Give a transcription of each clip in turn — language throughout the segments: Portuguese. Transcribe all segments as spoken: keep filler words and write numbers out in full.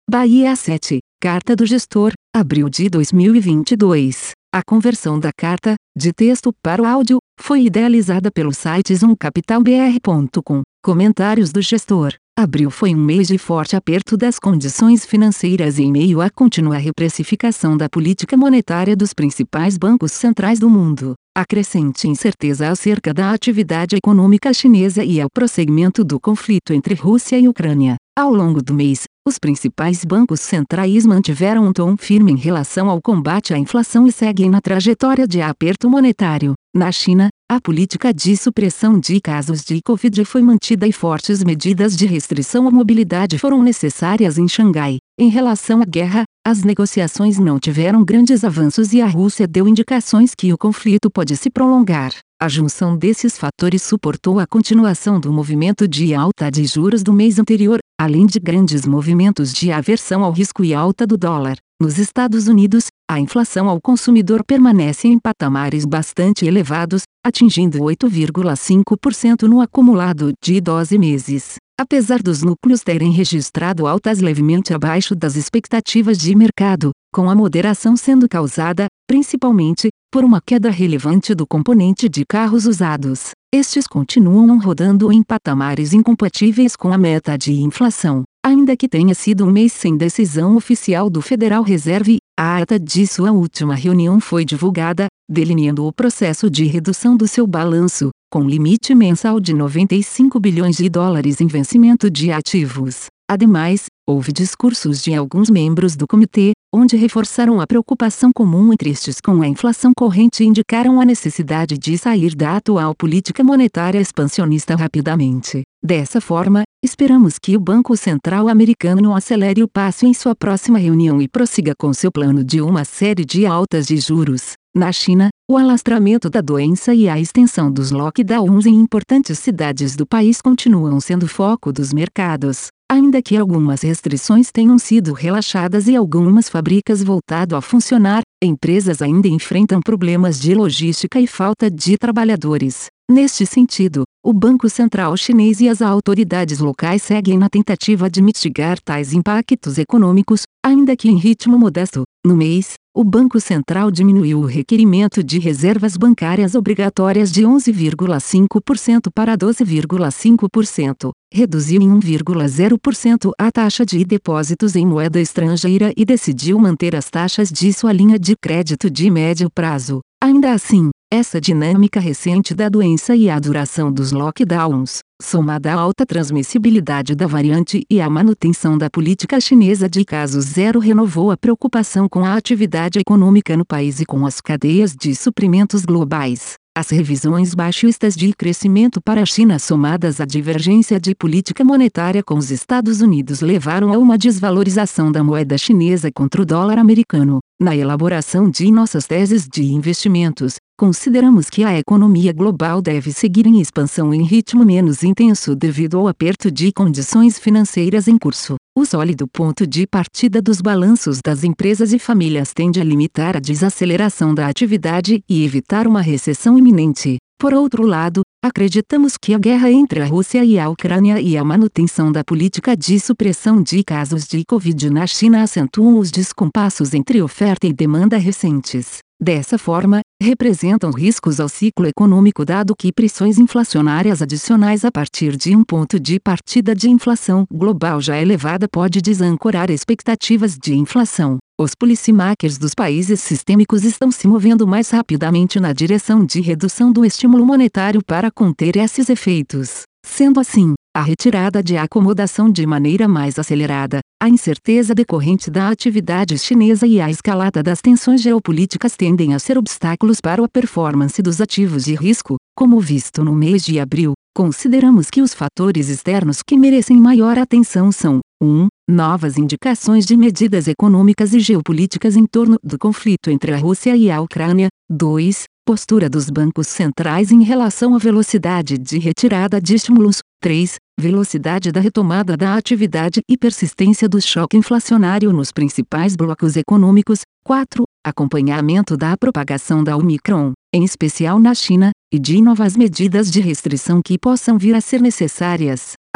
Bahia sete, Carta do Gestor, abril de dois mil e vinte e dois. A conversão da carta, de texto para o áudio, foi idealizada pelo site zoom capital b r ponto com. Comentários do gestor. Abril foi um mês de forte aperto das condições financeiras em meio à contínua reprecificação da política monetária dos principais bancos centrais do mundo, a crescente incerteza acerca da atividade econômica chinesa e ao prosseguimento do conflito entre Rússia e Ucrânia. Ao longo do mês, os principais bancos centrais mantiveram um tom firme em relação ao combate à inflação e seguem na trajetória de aperto monetário. Na China, a política de supressão de casos de Covid foi mantida e fortes medidas de restrição à mobilidade foram necessárias em Xangai. Em relação à guerra, as negociações não tiveram grandes avanços e a Rússia deu indicações que o conflito pode se prolongar. A junção desses fatores suportou a continuação do movimento de alta de juros do mês anterior, além de grandes movimentos de aversão ao risco e alta do dólar. Nos Estados Unidos, a inflação ao consumidor permanece em patamares bastante elevados, atingindo oito vírgula cinco por cento no acumulado de doze meses. Apesar dos núcleos terem registrado altas levemente abaixo das expectativas de mercado, com a moderação sendo causada, principalmente, por uma queda relevante do componente de carros usados, estes continuam rodando em patamares incompatíveis com a meta de inflação. Ainda que tenha sido um mês sem decisão oficial do Federal Reserve, a ata de sua última reunião foi divulgada, delineando o processo de redução do seu balanço, com limite mensal de noventa e cinco bilhões de dólares em vencimento de ativos. Ademais, houve discursos de alguns membros do comitê, onde reforçaram a preocupação comum entre estes com a inflação corrente e indicaram a necessidade de sair da atual política monetária expansionista rapidamente. Dessa forma, esperamos que o Banco Central americano acelere o passo em sua próxima reunião e prossiga com seu plano de uma série de altas de juros. Na China, o alastramento da doença e a extensão dos lockdowns em importantes cidades do país continuam sendo foco dos mercados. Ainda que algumas restrições tenham sido relaxadas e algumas fábricas voltado a funcionar, empresas ainda enfrentam problemas de logística e falta de trabalhadores. Neste sentido, o Banco Central Chinês e as autoridades locais seguem na tentativa de mitigar tais impactos econômicos, ainda que em ritmo modesto. No mês, o Banco Central diminuiu o requerimento de reservas bancárias obrigatórias de onze vírgula cinco por cento para doze vírgula cinco por cento, reduziu em um vírgula zero por cento a taxa de depósitos em moeda estrangeira e decidiu manter as taxas de sua linha de crédito de médio prazo. Ainda assim, essa dinâmica recente da doença e a duração dos lockdowns, somada à alta transmissibilidade da variante e à manutenção da política chinesa de caso zero, renovou a preocupação com a atividade econômica no país e com as cadeias de suprimentos globais. As revisões baixistas de crescimento para a China somadas à divergência de política monetária com os Estados Unidos levaram a uma desvalorização da moeda chinesa contra o dólar americano. Na elaboração de nossas teses de investimentos, consideramos que a economia global deve seguir em expansão em ritmo menos intenso devido ao aperto de condições financeiras em curso. O sólido ponto de partida dos balanços das empresas e famílias tende a limitar a desaceleração da atividade e evitar uma recessão iminente. Por outro lado, acreditamos que a guerra entre a Rússia e a Ucrânia e a manutenção da política de supressão de casos de Covid na China acentuam os descompassos entre oferta e demanda recentes. Dessa forma, representam riscos ao ciclo econômico dado que pressões inflacionárias adicionais a partir de um ponto de partida de inflação global já elevada pode desancorar expectativas de inflação. Os policymakers dos países sistêmicos estão se movendo mais rapidamente na direção de redução do estímulo monetário para conter esses efeitos. Sendo assim, a retirada de acomodação de maneira mais acelerada, a incerteza decorrente da atividade chinesa e a escalada das tensões geopolíticas tendem a ser obstáculos para a performance dos ativos de risco, como visto no mês de abril. Consideramos que os fatores externos que merecem maior atenção são: um Novas indicações de medidas econômicas e geopolíticas em torno do conflito entre a Rússia e a Ucrânia. dois Postura dos bancos centrais em relação à velocidade de retirada de estímulos. três Velocidade da retomada da atividade e persistência do choque inflacionário nos principais blocos econômicos. quatro Acompanhamento da propagação da Omicron, em especial na China, e de novas medidas de restrição que possam vir a ser necessárias.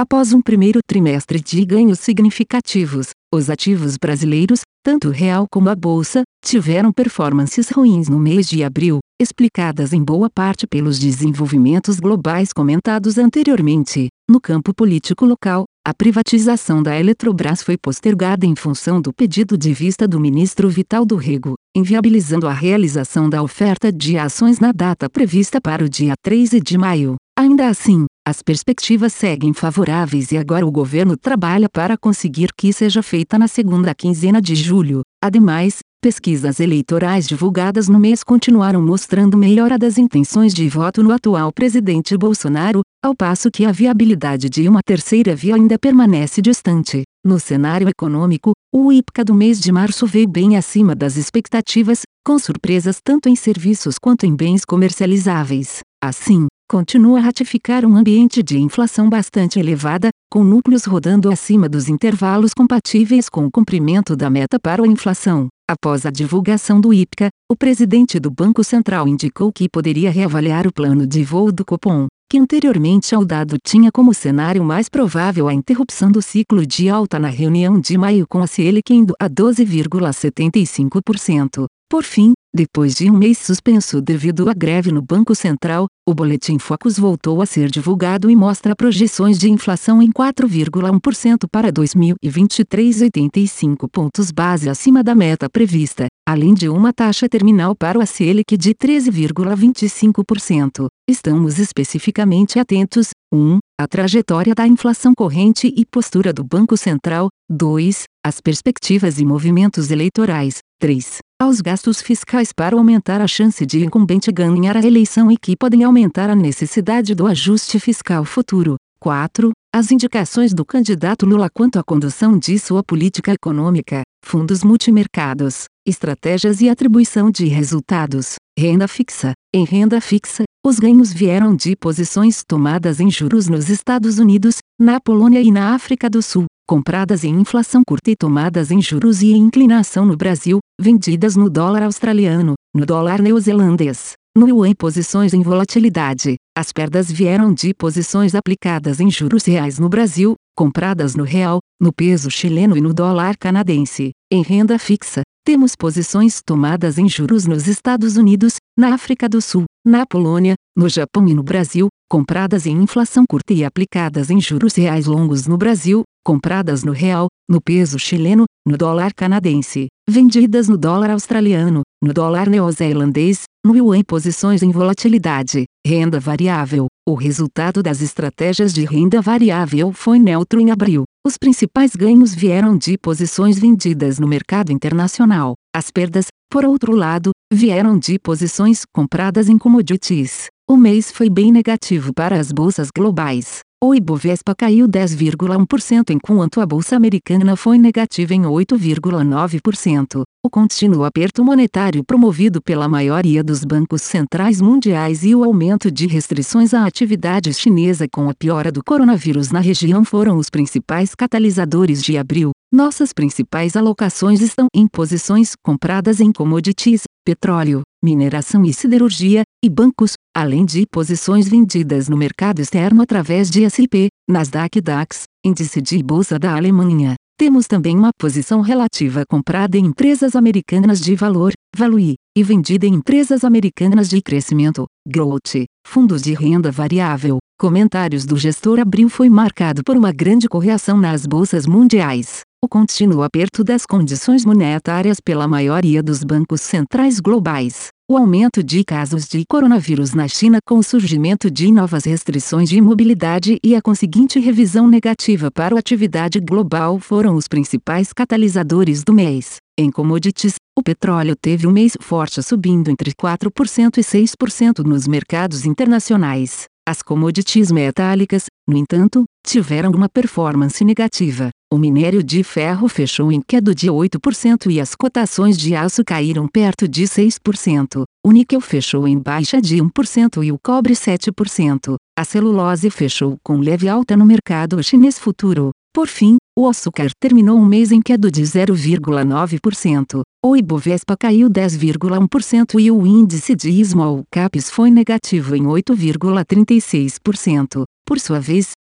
Após um primeiro trimestre de ganhos significativos, os ativos brasileiros, tanto o real como a bolsa, tiveram performances ruins no mês de abril, explicadas em boa parte pelos desenvolvimentos globais comentados anteriormente. No campo político local, a privatização da Eletrobras foi postergada em função do pedido de vista do ministro Vital do Rego, inviabilizando a realização da oferta de ações na data prevista para o dia treze de maio. Ainda assim, as perspectivas seguem favoráveis e agora o governo trabalha para conseguir que seja feita na segunda quinzena de julho. Ademais, pesquisas eleitorais divulgadas no mês continuaram mostrando melhora das intenções de voto no atual presidente Bolsonaro, ao passo que a viabilidade de uma terceira via ainda permanece distante. No cenário econômico, o I P C A do mês de março veio bem acima das expectativas, com surpresas tanto em serviços quanto em bens comercializáveis. Assim, continua a ratificar um ambiente de inflação bastante elevada, com núcleos rodando acima dos intervalos compatíveis com o cumprimento da meta para a inflação. Após a divulgação do I P C A, o presidente do Banco Central indicou que poderia reavaliar o plano de voo do Copom, que anteriormente ao dado tinha como cenário mais provável a interrupção do ciclo de alta na reunião de maio com a Selic indo a doze vírgula setenta e cinco por cento. Por fim, depois de um mês suspenso devido à greve no Banco Central, o Boletim Focus voltou a ser divulgado e mostra projeções de inflação em quatro vírgula um por cento para dois mil e vinte e três, oitenta e cinco pontos base acima da meta prevista, além de uma taxa terminal para o Selic de treze vírgula vinte e cinco por cento. Estamos especificamente atentos: um. A trajetória da inflação corrente e postura do Banco Central. dois. As perspectivas e movimentos eleitorais. três. Aos gastos fiscais para aumentar a chance de incumbente ganhar a eleição e que podem aumentar a necessidade do ajuste fiscal futuro. quatro. As indicações do candidato Lula quanto à condução de sua política econômica, fundos multimercados, estratégias e atribuição de resultados. Renda fixa. Em renda fixa, os ganhos vieram de posições tomadas em juros nos Estados Unidos, na Polônia e na África do Sul, compradas em inflação curta e tomadas em juros e em inclinação no Brasil, vendidas no dólar australiano, no dólar neozelandês, no yuan. Posições em volatilidade. As perdas vieram de posições aplicadas em juros reais no Brasil, compradas no real, no peso chileno e no dólar canadense. Em renda fixa, temos posições tomadas em juros nos Estados Unidos, na África do Sul, na Polônia, no Japão e no Brasil, compradas em inflação curta e aplicadas em juros reais longos no Brasil, compradas no real, no peso chileno, no dólar canadense, vendidas no dólar australiano, no dólar neozelandês, no yuan. Posições em volatilidade. Renda variável. O resultado das estratégias de renda variável foi neutro em abril. Os principais ganhos vieram de posições vendidas no mercado internacional. As perdas, por outro lado, vieram de posições compradas em commodities. O mês foi bem negativo para as bolsas globais. O Ibovespa caiu dez vírgula um por cento enquanto a bolsa americana foi negativa em oito vírgula nove por cento. O contínuo aperto monetário promovido pela maioria dos bancos centrais mundiais e o aumento de restrições à atividade chinesa com a piora do coronavírus na região foram os principais catalisadores de abril. Nossas principais alocações estão em posições compradas em commodities, petróleo, mineração e siderurgia, e bancos, além de posições vendidas no mercado externo através de S e P, Nasdaq DAX, índice de bolsa da Alemanha. Temos também uma posição relativa comprada em empresas americanas de valor, Value, e vendida em empresas americanas de crescimento, Growth. Fundos de renda variável. Comentários do gestor abril foi marcado por uma grande correção nas bolsas mundiais. O contínuo aperto das condições monetárias pela maioria dos bancos centrais globais, o aumento de casos de coronavírus na China com o surgimento de novas restrições de mobilidade e a conseguinte revisão negativa para a atividade global foram os principais catalisadores do mês. Em commodities, o petróleo teve um mês forte subindo entre quatro por cento e seis por cento nos mercados internacionais. As commodities metálicas, no entanto, tiveram uma performance negativa. O minério de ferro fechou em queda de oito por cento e as cotações de aço caíram perto de seis por cento. O níquel fechou em baixa de um por cento e o cobre sete por cento. A celulose fechou com leve alta no mercado chinês futuro. Por fim, o açúcar terminou um mês em queda de zero vírgula nove por cento. O Ibovespa caiu dez vírgula um por cento e o índice de Small Caps foi negativo em oito vírgula trinta e seis por cento. Por sua vez,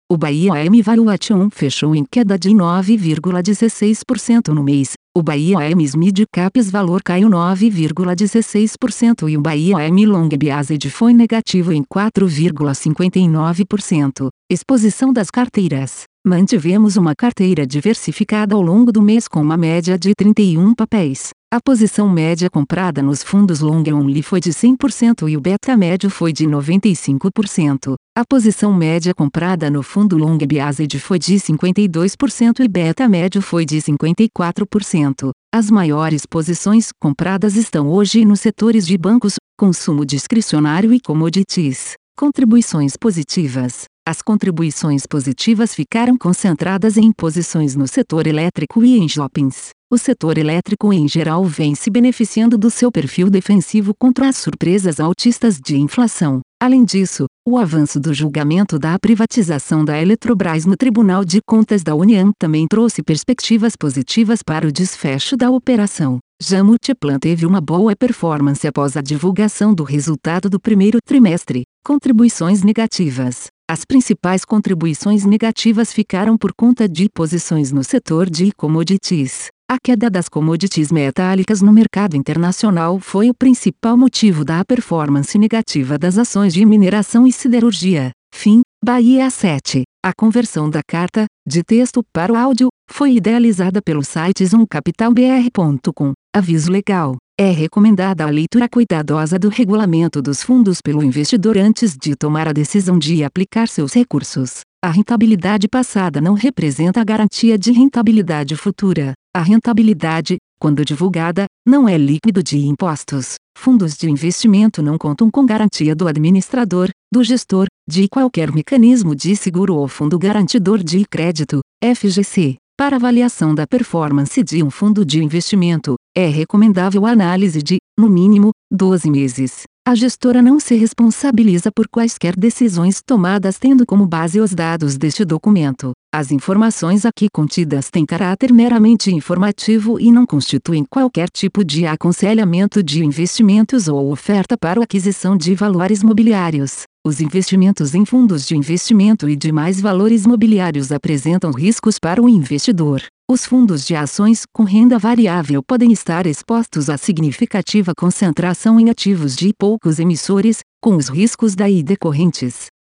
O Bahia M Valuation fechou em queda de nove vírgula dezesseis por cento no mês. O Bahia M Mid Caps Valor caiu nove vírgula dezesseis por cento e o Bahia M Long Biased foi negativo em quatro vírgula cinquenta e nove por cento. Exposição das carteiras. Mantivemos uma carteira diversificada ao longo do mês com uma média de trinta e um papéis. A posição média comprada nos fundos long only foi de cem por cento e o beta médio foi de noventa e cinco por cento. A posição média comprada no fundo long biased foi de cinquenta e dois por cento e beta médio foi de cinquenta e quatro por cento. As maiores posições compradas estão hoje nos setores de bancos, consumo discricionário e commodities. Contribuições positivas. As contribuições positivas ficaram concentradas em posições no setor elétrico e em shoppings. O setor elétrico em geral vem se beneficiando do seu perfil defensivo contra as surpresas altistas de inflação. Além disso, o avanço do julgamento da privatização da Eletrobras no Tribunal de Contas da União também trouxe perspectivas positivas para o desfecho da operação. Já Multiplan teve uma boa performance após a divulgação do resultado do primeiro trimestre. Contribuições negativas. As principais contribuições negativas ficaram por conta de posições no setor de commodities. A queda das commodities metálicas no mercado internacional foi o principal motivo da performance negativa das ações de mineração e siderurgia. Fim, Bahia sete. A conversão da carta, de texto para o áudio, foi idealizada pelo site zoom capital b r ponto com. Aviso legal. É recomendada a leitura cuidadosa do regulamento dos fundos pelo investidor antes de tomar a decisão de aplicar seus recursos. A rentabilidade passada não representa a garantia de rentabilidade futura. A rentabilidade, quando divulgada, não é líquido de impostos. Fundos de investimento não contam com garantia do administrador, do gestor, de qualquer mecanismo de seguro ou fundo garantidor de crédito, F G C. Para avaliação da performance de um fundo de investimento, é recomendável a análise de, no mínimo, doze meses. A gestora não se responsabiliza por quaisquer decisões tomadas tendo como base os dados deste documento. As informações aqui contidas têm caráter meramente informativo e não constituem qualquer tipo de aconselhamento de investimentos ou oferta para a aquisição de valores mobiliários. Os investimentos em fundos de investimento e demais valores mobiliários apresentam riscos para o investidor. Os fundos de ações com renda variável podem estar expostos a significativa concentração em ativos de poucos emissores, com os riscos daí decorrentes.